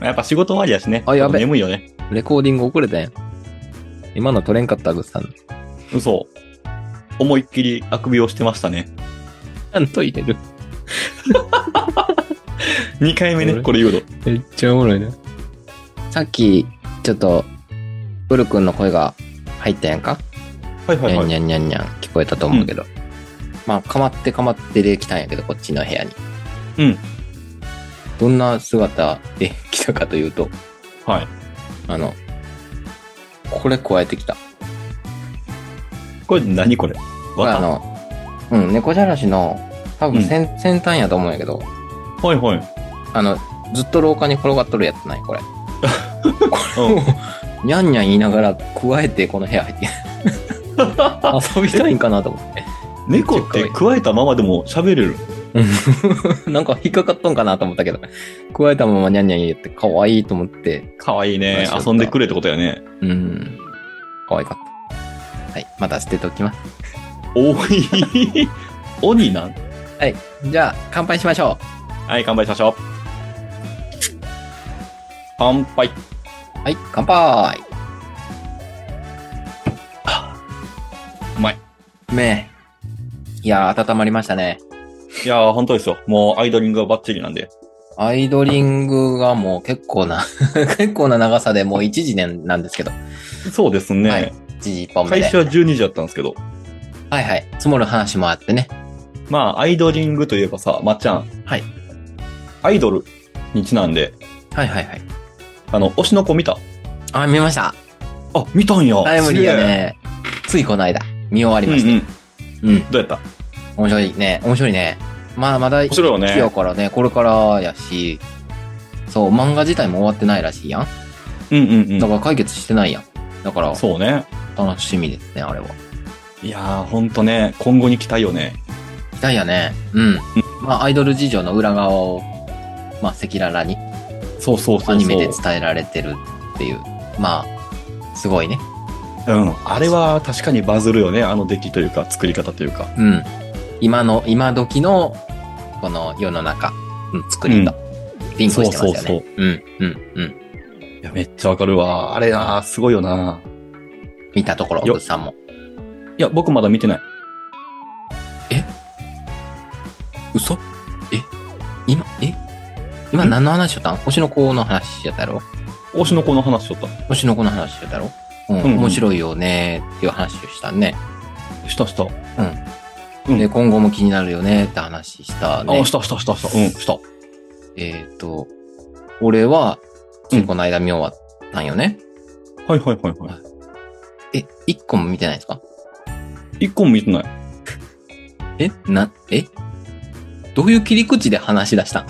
やっぱ仕事終わりやしね。 あやべ眠いよね。 レコーディング遅れたやん。今の取れんかった、グッさん。 嘘。思いっきりあくびをしてましたね。 ちゃんと入れる。 2回目ね、これ言うの。 めっちゃおもろいね。さっき、ちょっと、ブル君の声が入ったやんか。 はいはいはい。 にゃんにゃんにゃん聞こえたと思うけど。まあ、かまってで来たんやけど、こっちの部屋に。 うん。 どんな姿で来たかというと、 はい。 これ加えてきた。 これ何これこれわ猫じゃらしの、多分先端やと思うんやけど、 はいはい。 ずっと廊下に転がっとるやつないこれ。これを、にゃんにゃん言いながら加えてこの部屋入って遊びたいんかなと思って。 猫って加えたままでも喋れる。 なんか引っかかっとんかなと思ったけど、加えたままにゃんにゃん言って可愛いと思って。 かわいいね。遊んでくれってことやね。 可愛かった。はい。また捨てておきます。 おい。鬼なん。 はい。じゃあ、乾杯しましょはい、乾杯しましょう。乾杯。 う。はい、乾杯。 うまい。 いやー、温まりましたね。 いやー、本当ですよ。もうアイドリングはバッチリなんで。 アイドリングがもう結構な長さでもう1時なんですけど。 そうですね。 はい。1時1本目で。 開始は12時だったんですけど。 はいはい。積もる話もあってね。 まあ、アイドリングといえばさ、まっちゃん。 はい。 アイドルにちなんで、 はいはいはい。 推しの子見た？ あ、見ました。 あ、見たんや。 タイムリーやね。ついこの間、見終わりました。 どうやった？ 面白いね。面白いね。まあ、まだ、 面白いよね。 やからね、これからやし、そう、漫画自体も終わってないらしいやん。だから解決してないやん。だから、 そうね。 楽しみですね、あれは。 いやー、ほんとね、今後に期待よね。 期待やね。まあ、アイドル事情の裏側を、まあ、赤裸々に、 そうアニメで伝えられてるっていう。まあ、すごいね。 あれは確かにバズるよね。あの出来というか、作り方というか。 今時の、この世の中の作りと、リンクしてますよね。 いや、めっちゃわかるわ。あれな、すごいよな。 見たところ、奥さんも。 いや、僕まだ見てない。 嘘？今何の話しよったん？推しの子の話やったやろ？ 推しの子の話しよった。 推しの子の話やったやろ？面白いよねっていう話をしたね。 した。 で、今後も気になるよねって話したね。 した。した。 俺は、この間見終わったんよね。 はい。 一個も見てないですか？ 一個も見てない。 どういう切り口で話し出したん？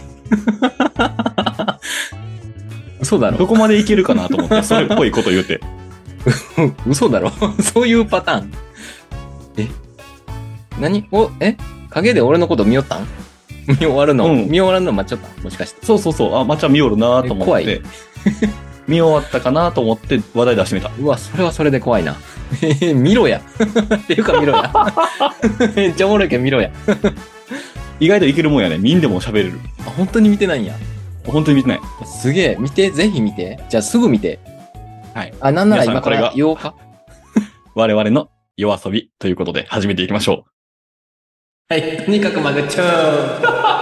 嘘だろ？ どこまでいけるかなと思って、それっぽいこと言うて。 嘘だろ？そういうパターン。影で俺のこと見よったん？見終わるの待っちゃったもしかして。 そう。あ、まっちゃん見よるなと思って。 怖い。 見終わったかなと思って話題出してみた。 うわ、それはそれで怖いな。見ろや。っていうか見ろや。めっちゃおもろいけど見ろや。 意外といけるもんやね。見んでも喋れる。 本当に見てないんや。 本当に見てない。 すげえ。見て、ぜひ見て。じゃあすぐ見て。 はい。 なんなら今から言おうか。 我々の夜遊びということで始めていきましょう。 はい。とにかくマグチューン。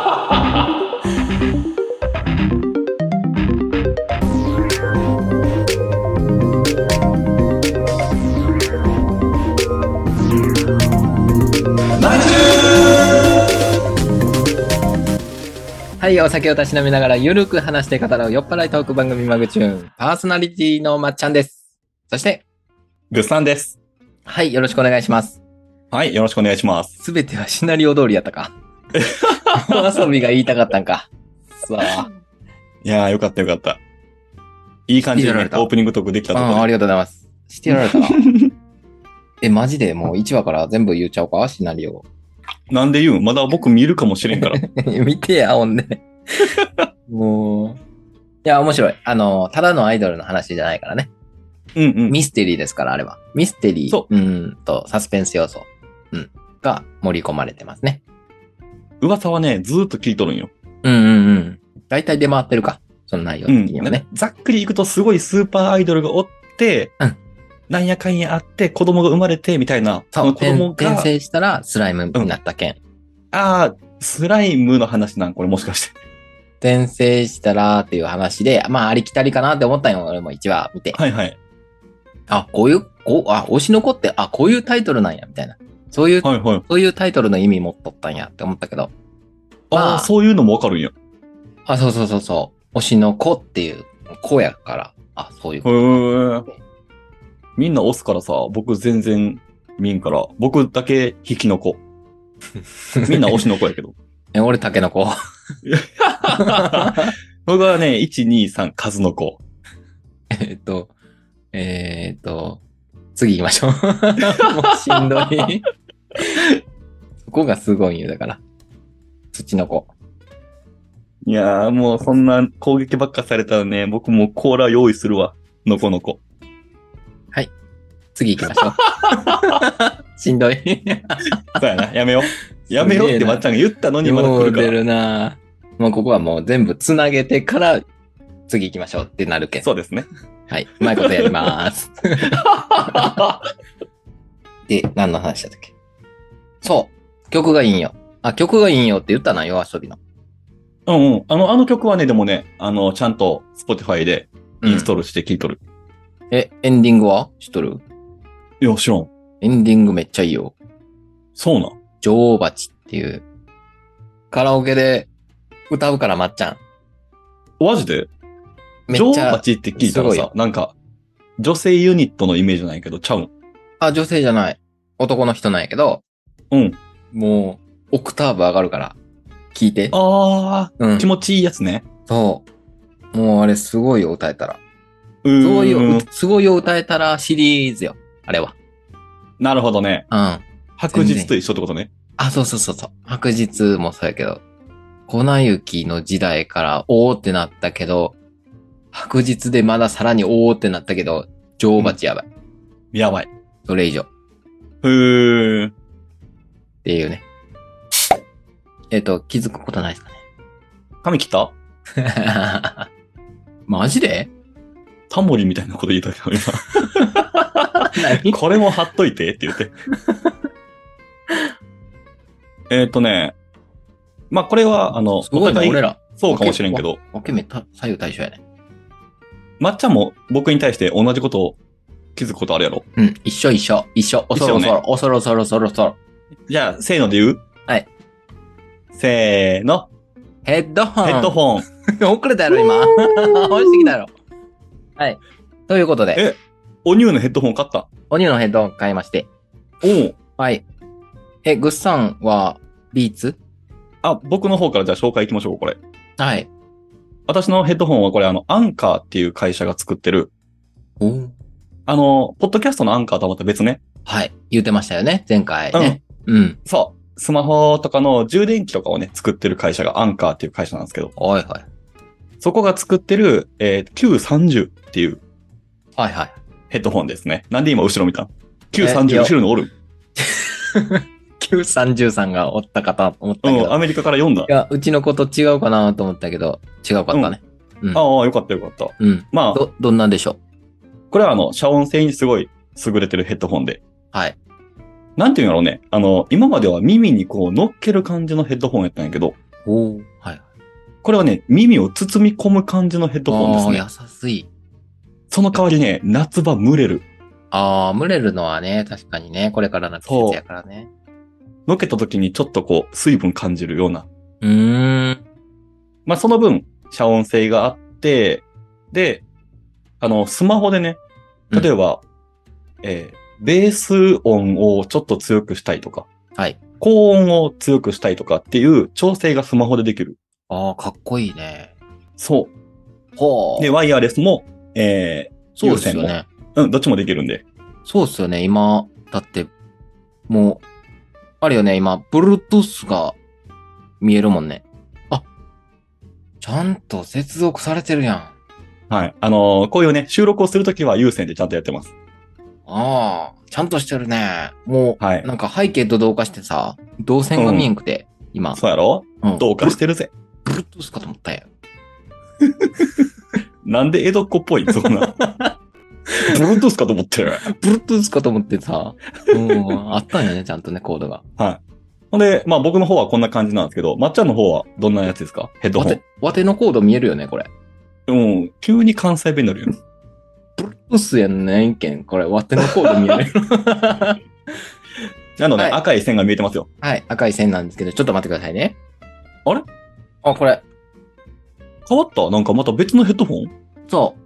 はい、お酒をたしなみながらゆるく話して語る酔っ払いトーク番組マグチューン。パーソナリティのまっちゃんです。そして、 グッさんです。 はい、よろしくお願いします。 はい、よろしくお願いします。 すべてはシナリオ通りやったか。お遊びが言いたかったんか。さあ。 いやー、よかった。いい感じで、ね、オープニングトークできたところで。 ありがとうございます。してやられた。マジでもう1話から全部言っちゃおうか、シナリオ。 なんで言う？まだ僕見るかもしれんから。 見てや、ほんで。もう。いや、面白い。ただのアイドルの話じゃないからね。ミステリーですから、あれは。ミステリー、とサスペンス要素、が盛り込まれてますね。 噂はね、ずーっと聞いとるんよ。 大体出回ってるか。 その内容的にはね。 ざっくりいくとすごいスーパーアイドルがおって、なんやかんやあって子供が生まれてみたいな。 そう、子供が転生したらスライムになった件。 ああ、スライムの話なんこれもしかして。 転生したらっていう話で、まあありきたりかなって思ったよ、俺も1話見て。 はいはい。 推しの子って、こういうタイトルなんや、みたいな。そういうタイトルの意味持っとったんやって思ったけど。 そういうのもわかるんや。 そう。推しの子っていう子やから、そういうこと。みんな推すからさ、僕全然見んから、僕だけ引きの子。みんな推しの子やけど。 俺竹の子。 僕はね、1、2、3、数の子。 次行きましょう。もうしんどい。そこがすごいんよ、だから。土の子。 いやー、もうそんな攻撃ばっかされたらね、僕もコーラ用意するわ。のこのこ。 はい。次行きましょう。しんどい。 そうやな、やめよう。やめようってまっちゃんが言ったのにまだ来るから。 出るなもうここはもう全部つなげてから次行きましょうってなるけん。 そうですね。 はい。うまいことやります。で、何の話だったっけ？そう。曲がいいんよ。曲がいいんよって言ったな、夜遊びの。 あの曲はね、でもね、ちゃんと Spotify でインストールして聴いとる。 エンディングは知っとる？ いや、知らん。 エンディングめっちゃいいよ。 そうなん。 女王蜂っていう、カラオケで歌うからまっちゃん。 マジで？女王蜂って聞いたらさ、なんか、女性ユニットのイメージないけど、ちゃうん？ 女性じゃない。男の人なんやけど、もう、オクターブ上がるから、聞いて。気持ちいいやつね。そう。もうあれすごいよ、歌えたら。すごいよ、歌えたらシリーズよ、あれは。 なるほどね。白日と一緒ってことね。 そう。白日もそうやけど、粉雪の時代からおーってなったけど、白日でまださらにおーってなったけど、女王蜂やばい。 やばい。 それ以上。っていうね。気づくことないですかね。 髪切った？ マジで？ タモリみたいなこと言いたいけど、今。これも貼っといてって言って。まあ、これは、 すごいな、俺ら。 そうかもしれんけど。 分け目左右対称やね。 まっちゃんも僕に対して同じことを気づくことあるやろ？ 一緒。おそろ。 じゃあ、せーので言う？ はい。 せーの。 ヘッドホン。遅れたやろ、今。押してきたやろ。はい。ということで。 おニューのヘッドホン買った？ おニューのヘッドホン買いまして。はい。グッさんは、ビーツ？ 僕の方からじゃあ紹介行きましょう、これ。 はい。 私のヘッドホンはこれアンカーっていう会社が作ってる。ポッドキャストのアンカーとはまた別ね。 はい。言ってましたよね、前回ね。 そう。スマホとかの充電器とかをね、作ってる会社がアンカーっていう会社なんですけど。 はい。 そこが作ってる、Q30 っていう。 はい。 ヘッドホンですね。なんで今後ろ見た？ Q30 後ろにおる。 Q30 さんがおったかと思ったけど。 アメリカから読んだ。 いや、うちの子と違うかなと思ったけど、違うかったね。 よかった。 まあ。どんなんでしょう？ これは遮音性にすごい優れてるヘッドホンで。 はい。 なんていうんだろうね。今までは耳にこう乗っける感じのヘッドホンやったんやけど。 はい。 これはね、耳を包み込む感じのヘッドホンですね。 優しい。 その代わりね、夏場蒸れる。 蒸れるのはね、確かにね、これからの季節やからね。 乗っけた時にちょっとこう、水分感じるような。まあ、その分、遮音性があって、で、スマホでね、例えば、ベース音をちょっと強くしたいとか、 はい。 高音を強くしたいとかっていう調整がスマホでできる。 かっこいいね。 そう。で、ワイヤレスも、 そうですよね。 どっちもできるんで。 そうですよね。今、だって、もう、あるよね、今、Bluetooth が見えるもんね。ちゃんと接続されてるやん。はい。こういうね、収録をするときは有線でちゃんとやってます。 ちゃんとしてるね。もう、なんか背景と同化してさ、動線が見えんくて、今。 そうやろ？同化してるぜ。 Bluetooth かと思ったよ。 なんで江戸っ子っぽいそんな。Bluetooth かと思って。 Bluetooth かと思ってさ。あったんやね、ちゃんとね、コードが。 はい。ほんで、まあ僕の方はこんな感じなんですけど、まっちゃんの方はどんなやつですか？ヘッドホン。 わてのコード見えるよね、これ。 急に関西弁になるよね。 Bluetooth やねんけん。これ、わてのコード見える。 はい、赤い線が見えてますよ。 はい、赤い線なんですけど、ちょっと待ってくださいね。 あれ？ これ。 変わった？なんかまた別のヘッドホン？ そう。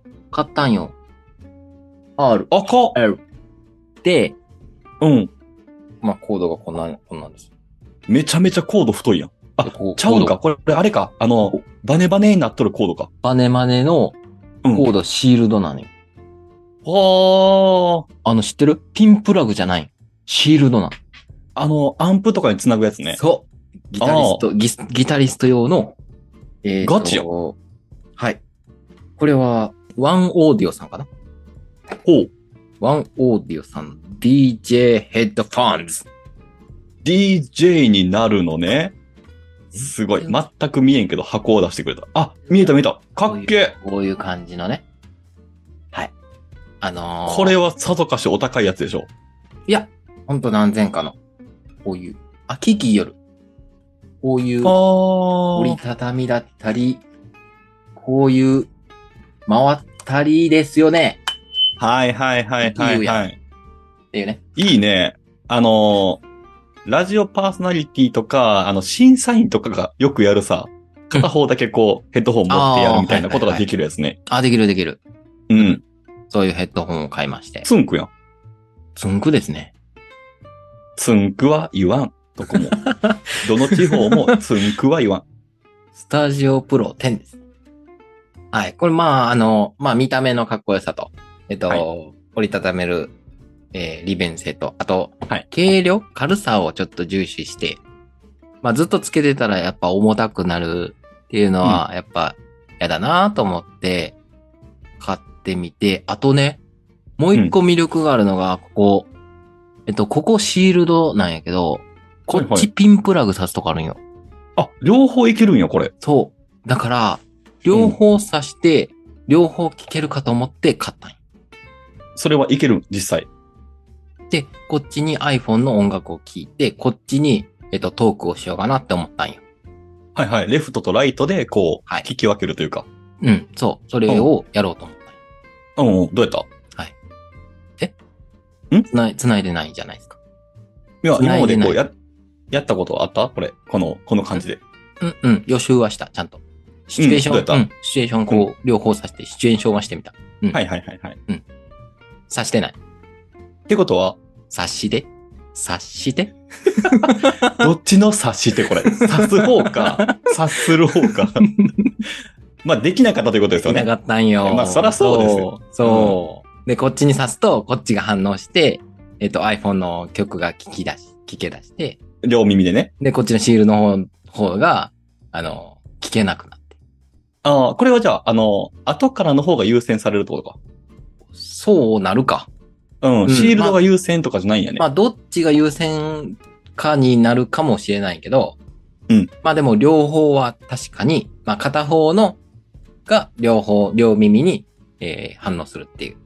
買ったんよ。R。 赤 L。で、まあ、コードがこんなんです。 めちゃめちゃコード太いやん。ちゃうんか。これあれか。バネバネになっとるコードか。 バネバネのコードシールドなのよ。知ってる？ピンプラグじゃない。シールドなの。アンプとかにつなぐやつね。 そう。ギタリスト用の、 ガチや。 はい。これは、ワンオーディオさんかな？ ほう。 ワンオーディオさん、DJ ヘッドフォンズ。 DJ になるのね。すごい。全く見えんけど箱を出してくれた。あ、見えた。かっけー。こういう感じのね。はい。 これはさぞかしお高いやつでしょ？ いや、ほんと何千かの。こういう。機器よる。こういう折りたたみだったり、こういう回ったりですよね。 はい。っていうね。 いいね。ラジオパーソナリティとか、審査員とかがよくやるさ、片方だけこう、ヘッドホン持ってやるみたいなことができるやつね。 できる。 うん。 そういうヘッドホンを買いまして。 つんくやん。 つんくですね。 つんくは言わん。どこも。どの地方もつんくは言わん。 スタジオプロ10です。はい。これまあ、見た目のかっこよさと、折りたためる、利便性と、あと、軽量軽さをちょっと重視して、まあずっとつけてたらやっぱ重たくなるっていうのは、やっぱ嫌だなと思って、買ってみて、あとね、もう一個魅力があるのが、ここシールドなんやけど、こっちピンプラグ挿すとかあるんよ。 あ、両方いけるんや、これ。 そう。だから、両方挿して、両方聞けるかと思って買ったんや。 それはいける、実際。 で、こっちに iPhone の音楽を聴いて、こっちに、トークをしようかなって思ったんよ。 はい。レフトとライトで、こう、聞き分けるというか。 そう。それをやろうと思ったんよ。どうやった？ はい。つないでないじゃないですか。 いや、今までこうやったことあった？この感じで。 予習はした、ちゃんと。シチュエーション、シチュエーションこう、両方させて、シチュエーションはしてみた。 はい。 さしてない。 ってことは察してどっちの察してこれ。察す方か、察する方か。まあ、できなかったということですよね。 できなかったんよ。 まあ、そらそうですよ。 そう。で、こっちに刺すと、こっちが反応して、iPhone の曲が聞け出して、 両耳でね。 で、こっちのシールの方が、聞けなくなって。 これはじゃあ、後からの方が優先されるってことか。 そうなるか。 シールドが優先とかじゃないんやね。 まあ、どっちが優先かになるかもしれないけど、まあでも両方は確かに、まあ片方のが両耳に、反応するっていう。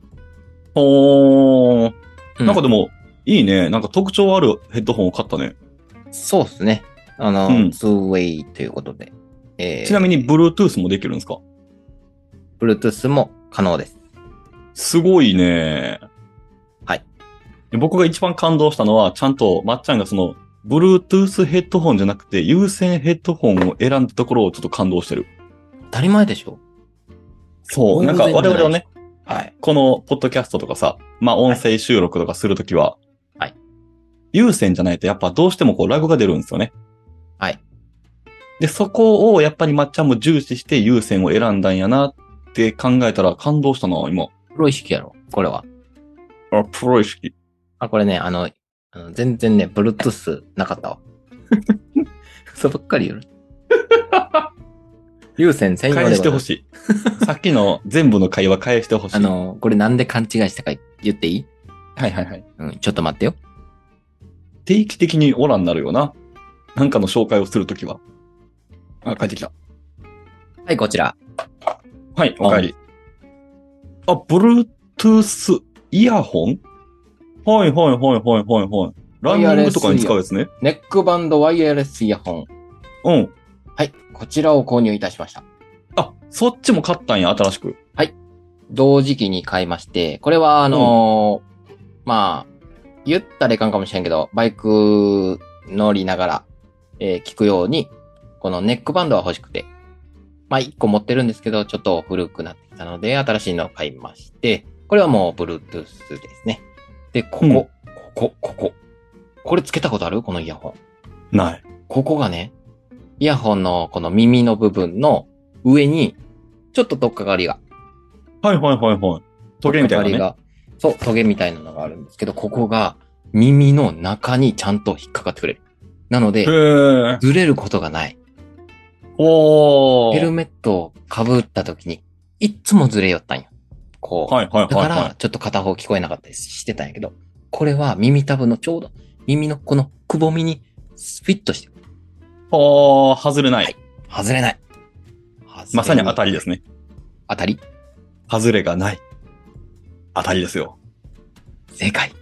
なんかでも、いいね。なんか特徴あるヘッドホンを買ったね。 そうですね。2way ということで。 ちなみに Bluetooth もできるんですか？ Bluetooth も可能です。 すごいね。 はい。 僕が一番感動したのは、ちゃんとまっちゃんがその、Bluetooth ヘッドホンじゃなくて、有線ヘッドホンを選んだところをちょっと感動してる。 当たり前でしょ？ そう。なんか我々はね、 はい。 このポッドキャストとかさ、まあ音声収録とかするときは、 はい。 有線じゃないとやっぱどうしてもこうラグが出るんですよね。 はい。 で、そこをやっぱりまっちゃんも重視して有線を選んだんやなって考えたら感動したな、今。 プロ意識やろ、これは。 プロ意識。 これね、全然ね、Bluetooth なかったわ。嘘ばっかり言う。有線専用で返してほしい。さっきの全部の会話返してほしい。 これなんで勘違いしたか言っていい？ はい。 ちょっと待ってよ。 定期的にオラになるよな。なんかの紹介をするときは。帰ってきた。 はい、こちら。 はい、おかえり。あ、Bluetooth イヤホン？はいはいはいはいはいはい。ランニングとかに使うやつね。 ネックバンドワイヤレスイヤホン。 うん。 はい。こちらを購入いたしました。 あ、そっちも買ったんや、新しく。 はい。同時期に買いまして、これはまあ、言ったらいかんかもしれんけど、バイク乗りながら、聞くように、このネックバンドは欲しくて、まあ1個持ってるんですけど、ちょっと古くなってきたので、新しいのを買いまして、これはもう Bluetooth ですね。で、これつけたことある？このイヤホン。ない。 ここがね、イヤホンのこの耳の部分の上に、ちょっと取っかかりが。 はいはいはいはい。トゲみたいなね。 そう、トゲみたいなのがあるんですけど、ここが耳の中にちゃんと引っかかってくれる。なので、ずれることがない。ヘルメットを被った時に、いっつもずれよったんよ。こう。 はいはいはい、はい。 だから、ちょっと片方聞こえなかったりしてたんやけど、これは耳たぶのちょうど、耳のこのくぼみにフィットしてる。 外れない。はい。 外れない。 まさに当たりですね。 当たり？ 外れがない。当たりですよ。 正解。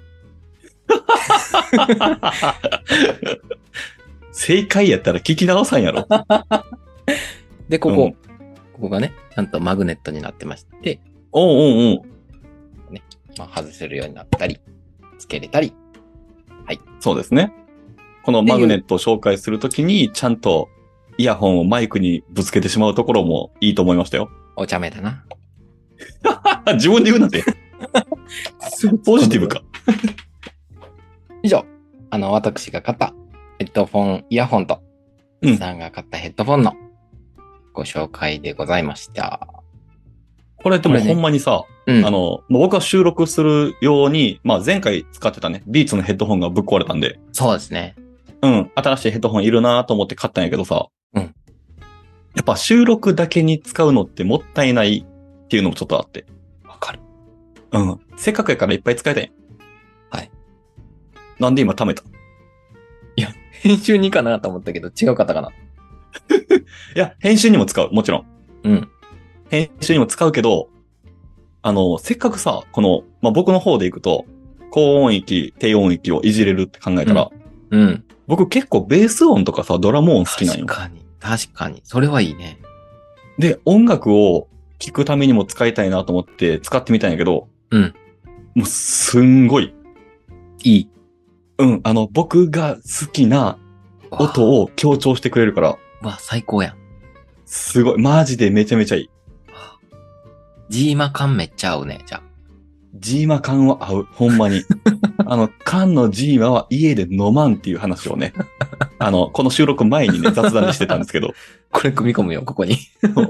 正解やったら聞き直さんやろ。 で、ここがね、ちゃんとマグネットになってまして、ね、まあ、外せるようになったり、つけれたり。はい。 そうですね。このマグネットを紹介するときに、ちゃんとイヤホンをマイクにぶつけてしまうところもいいと思いましたよ。 お茶目だな。 自分で言うなんて。ポジティブか。 以上、私が買ったヘッドフォン、イヤホンと、さんが買ったヘッドフォンのご紹介でございました。 これでもほんまにさ、僕は収録するように、まあ前回使ってたね、ビーツのヘッドホンがぶっ壊れたんで。 そうですね。 新しいヘッドホンいるなと思って買ったんやけどさ。 やっぱ収録だけに使うのってもったいないっていうのもちょっとあって。 わかる。 せっかくやからいっぱい使いたい。 はい。 なんで今貯めた？ いや、編集にかなと思ったけど違うかったかな。 いや、編集にも使う。もちろん。 編集にも使うけど、せっかくさ、この、まあ、僕の方でいくと、高音域、低音域をいじれるって考えたら、僕結構ベース音とかさ、ドラム音好きなんよ。 確かに。それはいいね。 で、音楽を聴くためにも使いたいなと思って使ってみたんやけど、もうすんごい。 いい。 僕が好きな音を強調してくれるから。 最高やん。 すごい。マジでめちゃめちゃいい。 ジーマ缶めっちゃ合うね、じゃあ。 ジーマ缶は合う。ほんまに。缶のジーマは家で飲まんっていう話をね。この収録前にね、雑談でしてたんですけど。 これ組み込むよ、ここに。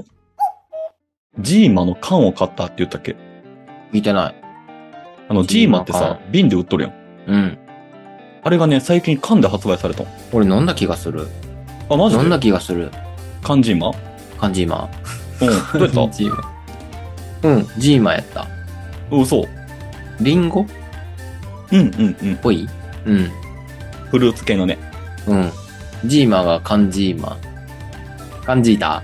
ジーマの缶を買ったって言ったっけ？ 見てない。 ジーマってさ、瓶で売っとるやん。あれがね、最近缶で発売されたの。 俺飲んだ気がする。 あ、マジで？ 飲んだ気がする。 缶ジーマ？ 缶ジーマ。 どうやった？ ジーマ。ジーマやった。 嘘。 リンゴ？ぽい？ フルーツ系のね。 ジーマが缶ジーマ。缶ジータ。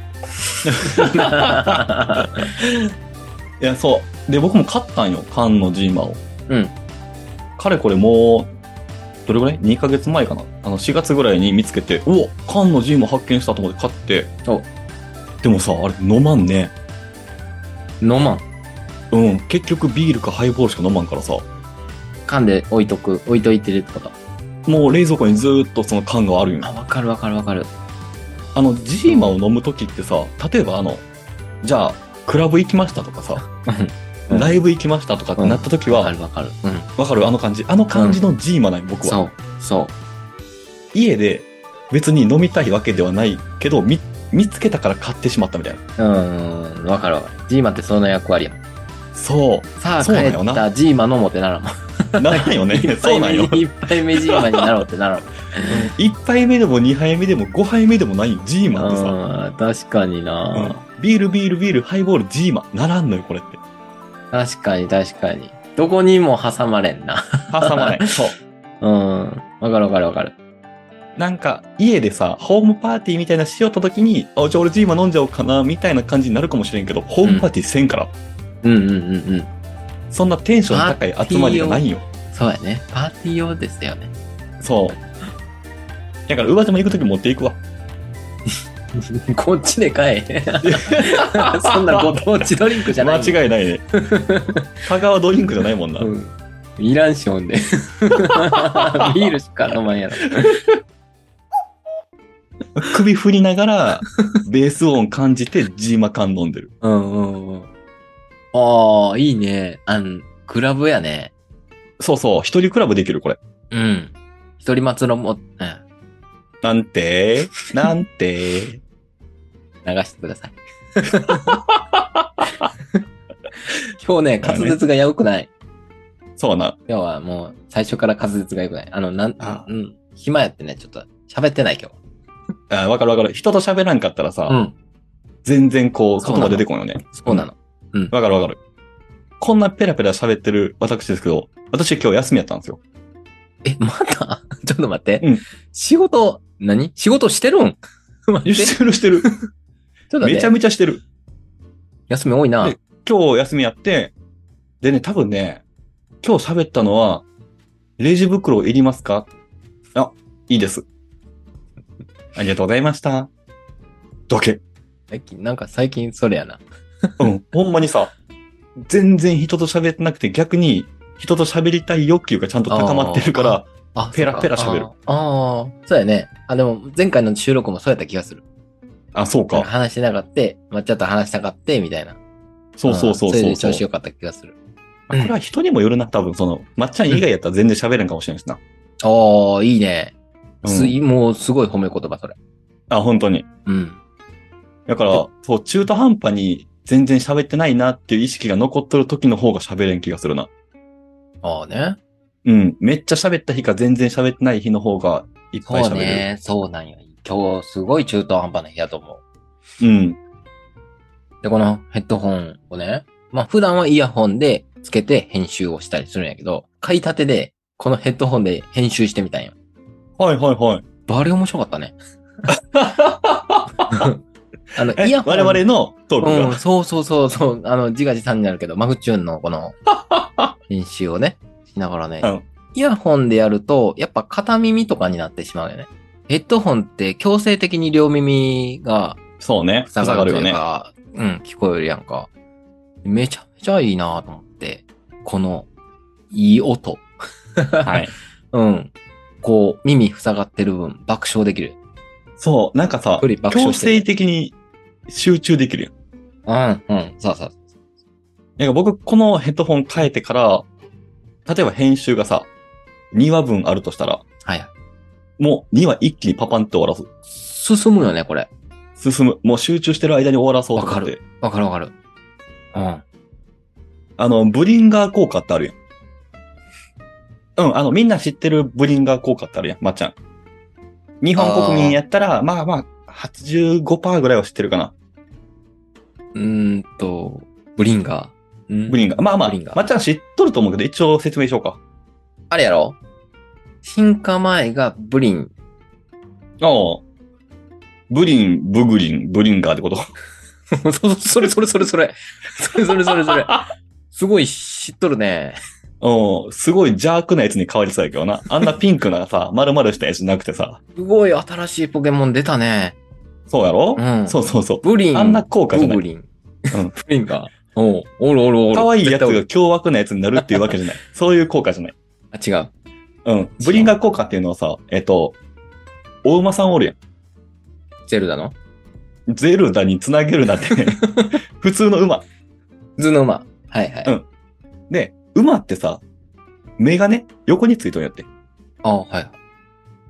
いや、そう。で、僕も買ったんよ。缶のジーマを。かれこれもう、どれぐらい ?2 ヶ月前かな。4月ぐらいに見つけて、缶のジーマ発見したと思って買って。でもさ、あれ飲まんね。 飲まん？ 結局ビールかハイボールしか飲まんからさ。 缶で置いといてるってこと？ もう冷蔵庫にずーっとその缶があるんよ。 わかる。 ジーマを飲むときってさ、例えばじゃあ、クラブ行きましたとかさ、ライブ行きましたとかってなったときは、 わかる。 わかる？あの感じのジーマない、僕は。 そう。 家で別に飲みたいわけではないけど、見つけたから買ってしまったみたいな。 わかる。ジーマってその役割や。 そう。 さあ帰ったジーマ飲もうってならんもん。 ならんよね。そうなんよ。 一杯目ジーマになろうってならんもん。 一杯目でも二杯目でも五杯目でもないよ。ジーマってさ。確かにな、 ビール、ハイボール、ジーマ。ならんのよ、これって。 確かに。どこにも挟まれんな。 挟まれん。そう。 わかる。 なんか、家でさ、ホームパーティーみたいなしよった時に、あ、じゃあ俺ジーマ飲んじゃおうかな、みたいな感じになるかもしれんけど、ホームパーティーせんから。そんなテンション高い集まりがないよ。 そうやね。パーティー用ですよね。 そう。だから、宇和島行く時持っていくわ。 こっちで買え。そんなご当地ドリンクじゃない。 間違いないね。香川ドリンクじゃないもんな。 いらんしほんで。ビールしか飲まんやろ。 首振りながら、ベース音感じてジーマ缶飲んでる。 ああ、いいね。クラブやね。 そうそう、一人クラブできる、これ。 一人末路も、 なんて流してください。今日ね、滑舌が良くない。 そうな。 今日はもう最初から滑舌が良くない。暇やってね、ちょっと喋ってない今日。わかる。人と喋らんかったらさ、全然こう、言葉出てこんよね。 そうなの。 わかる。こんなペラペラ喋ってる私ですけど、私今日休みやったんですよ。 またちょっと待って。仕事してるんしてる。めちゃめちゃしてる。 休み多いな。 今日休みやって、でね、多分ね、今日喋ったのは、レジ袋いりますか？あ、いいです。ありがとうございました。どけ。 最近それやな。 ほんまにさ、全然人と喋ってなくて逆に人と喋りたい欲求がちゃんと高まってるから、ペラペラ喋る。 そうやね。でも前回の収録もそうやった気がする。 そうか。 話してなかった、ちょっと話したかった、みたいな。 そう。 それで調子良かった気がする。 これは人にもよるな、多分まっちゃん以外やったら全然喋れんかもしれないしな。 いいね。もうすごい褒め言葉、それ。 本当に。だから、中途半端に全然喋ってないなっていう意識が残っとる時の方が喋れん気がするな。 ね。 めっちゃ喋った日か全然喋ってない日の方がいっぱい喋れる。 そうなんよ。今日すごい中途半端な日やと思う。で、このヘッドホンをね、普段はイヤホンでつけて編集をしたりするんやけど、買いたてでこのヘッドホンで編集してみたんよ。 はい。 バリ面白かったね。 イヤホン。我々のトークが。 そう。自画自賛になるけど、マグチューンのこの編集をね、しながらね、イヤホンでやると、やっぱ片耳とかになってしまうよね。ヘッドホンって強制的に両耳が、 そうね。 塞がるよね。聞こえるやんか。めちゃめちゃいいなと思って、この、いい音。 はい。 こう、耳塞がってる分、爆笑できる。 そう、なんかさ、強制的に集中できるやん。そう。 なんか僕、このヘッドホン変えてから、例えば編集がさ、2話分あるとしたら、もう2話一気にパパンと終わらす。 進むよね、これ。 進む。もう集中してる間に終わらそうと思って。 わかる。 ブリンガー効果ってあるやん。みんな知ってるブリンガー効果ってあるやん、まっちゃん。日本国民やったら、85% ぐらいは知ってるかな。 ブリンガー。ブリンガー。まっちゃん知っとると思うけど、一応説明しようか。 あれやろ？進化前がブリン。 ブリン、ブグリン、ブリンガーってことそれ。すごい知っとるね。 すごい邪悪なやつに変わりそうやけどな。あんなピンクなさ、丸々したやつじゃなくてさ。 すごい新しいポケモン出たね。 そうやろ？そう。 ブリン。 あんな効果じゃない。 ブリンガー。おる。 可愛いやつが凶悪なやつになるっていうわけじゃない。そういう効果じゃない。 違う。 ブリンガー効果っていうのはさ、お馬さんおるやん。 ゼルダの？ ゼルダにつなげるなって。普通の馬。 普通の馬。はい。 で、馬ってさ、目がね、横についとんやって。 はい。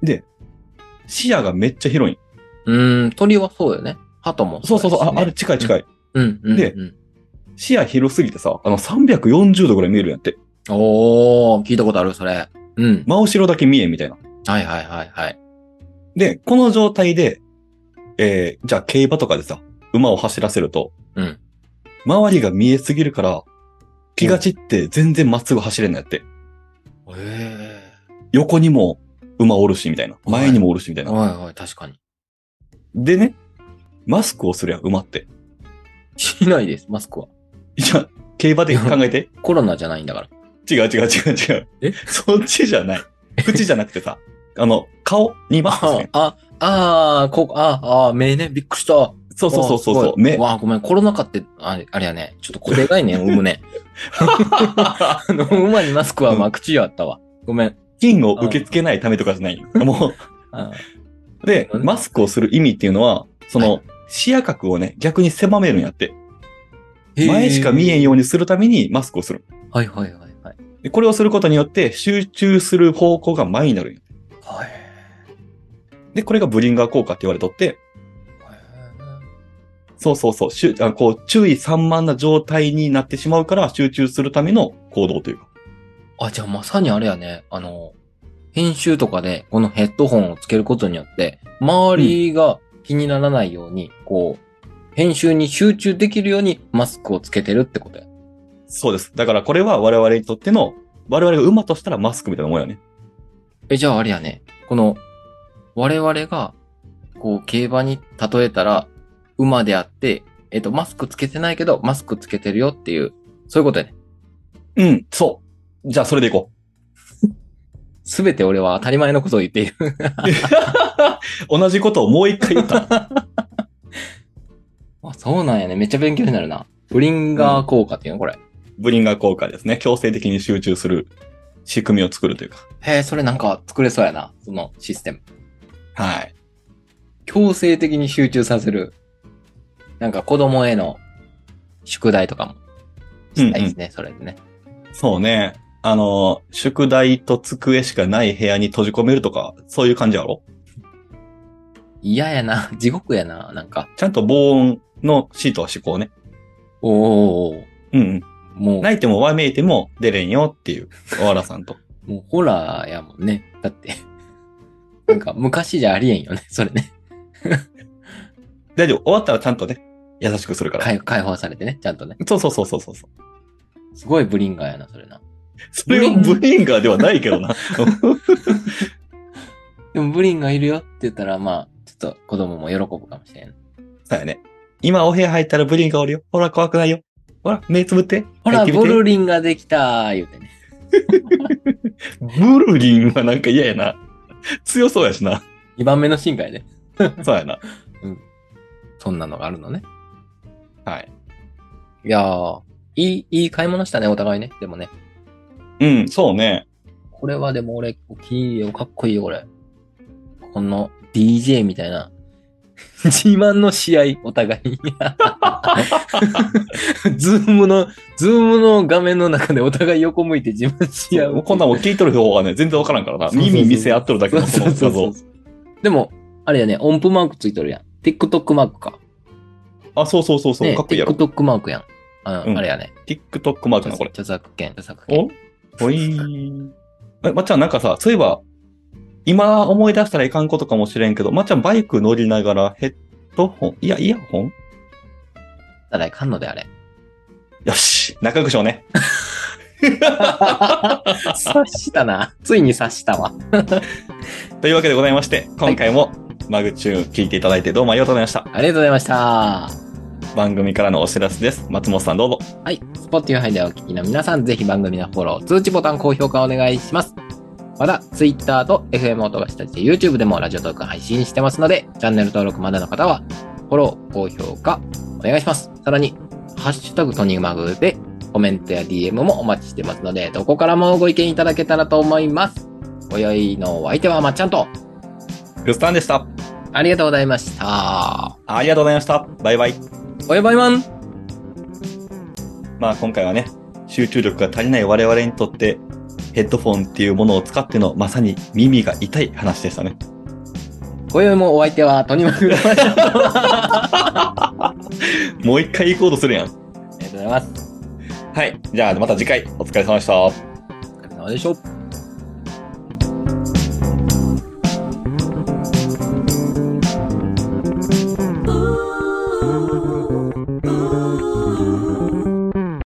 で、視野がめっちゃ広い。 鳥はそうよね。鳩もそう。あれ近い。 で、 視野広すぎてさ、340度ぐらい見えるやんって。 聞いたことある、それ。 真後ろだけ見えんみたいな。 はい。 で、この状態で、じゃあ競馬とかでさ、馬を走らせると、周りが見えすぎるから、気が散って全然まっすぐ走れんのやって。横にも、 馬おるし、みたいな。前にもおるし、みたいな。 はいはい、確かに。 でね、マスクをするやん、馬って。 しないです、マスクは。 じゃあ、競馬で考えて。 コロナじゃないんだから。 違う。えそっちじゃない。口じゃなくてさ、顔にマスクするやん。目ね、びっくりした。 そう。目。 わあ、ごめん、コロナ禍って、あれやね、ちょっと固定概念生むね。馬にマスクはまあ口やったわ。ごめん。 菌を受け付けないためとかじゃないよ。もう。で、マスクをする意味っていうのは、視野角をね、逆に狭めるんやって。前しか見えんようにするためにマスクをする。 はい。 でこれをすることによって集中する方向が前になるんや。 はい。 で、これがブリンガー効果って言われとって、そう。注意散漫な状態になってしまうから集中するための行動というか。 じゃあまさにあれやね。編集とかでこのヘッドホンをつけることによって、周りが気にならないように、編集に集中できるようにマスクをつけてるってことや。 そうです。だからこれは我々にとっての、我々が馬としたらマスクみたいなもんやね。 じゃああれやね。我々が、競馬に例えたら、馬であって、マスクつけてないけど、マスクつけてるよっていう、そういうことやね。 うん、そう。じゃあそれでいこう。 すべて俺は当たり前のことを言っている。 同じことをもう一回言った。 そうなんやね。めっちゃ勉強になるな。ブリンガー効果っていうのこれ。 ブリンガー効果ですね。強制的に集中する仕組みを作るというか。 それなんか作れそうやな。そのシステム。 はい。 強制的に集中させる。なんか子供への宿題とかもしたいですね、それでね。 そうね。宿題と机しかない部屋に閉じ込めるとか、そういう感じやろ？ 嫌やな。地獄やな、なんか。 ちゃんと防音のシートは敷こうね。うん。もう。泣いてもわめいても出れんよっていう、おわらさんと。 もうホラーやもんね。だって。なんか昔じゃありえんよね、それね。 大丈夫。終わったらちゃんとね、優しくするから。 解放されてね、ちゃんとね。 そう。 すごいブリンガーやな、それな。 それはブリンガーではないけどな。 でもブリンガーいるよって言ったら、まあ、ちょっと子供も喜ぶかもしれん。 そうやね。今お部屋入ったらブリンガーおるよ。ほら、怖くないよ。ほら、目つぶって。 ほら、ブルリンができたー、言うてね。 ブルリンはなんか嫌やな。強そうやしな。 2番目の進化やで。 そうやな。 うん。そんなのがあるのね。 はい。 いやー、いい買い物したね、お互いね。でもね。 うん、そうね。 これはでも俺、大きいよ、かっこいいよ、これ。この DJ みたいな。自慢の試合、お互いに。ズームの画面の中でお互い横向いて自慢し合う。 こんなもん聞いとる方がね、全然わからんからな。耳見せ合っとるだけのこの画像。 でも、あれやね、音符マークついとるやん。TikTok マークか。 そう。 ね、 かっこいいやろ。 TikTok マークやん。あれやね。 TikTok マークな、これ。 著作権。 おい。まっちゃんなんかさ、そういえば、今思い出したらいかんことかもしれんけど、まっちゃんバイク乗りながらヘッドホン、イヤホンただいかんのであれ。 よし、仲良くしようね。 察したな。ついに察したわ。 というわけでございまして、今回もマグチューン聞いていただいてどうもありがとうございました。 ありがとうございました。 番組からのお知らせです。松本さんどうぞ。 はい。Spotify でお聞きの皆さん、ぜひ番組のフォロー、通知ボタン、高評価お願いします。また、Twitter と FM 音がしたちで YouTube でもラジオトーク配信してますので、チャンネル登録まだの方は、フォロー、高評価、お願いします。さらに、ハッシュタグトニーマグでコメントや DM もお待ちしてますので、どこからもご意見いただけたらと思います。今宵のお相手はまっちゃんと、 グスタンでした。 ありがとうございました。 ありがとうございました。バイバイ。 おやばいまん。 まあ今回はね、集中力が足りない我々にとって、ヘッドフォンっていうものを使ってのまさに耳が痛い話でしたね。 今宵もお相手はトニマグでした。 もう一回行こうとするやん。ありがとうございます。 はい。じゃあまた次回お疲れ様でした。 お疲れ様でしょ。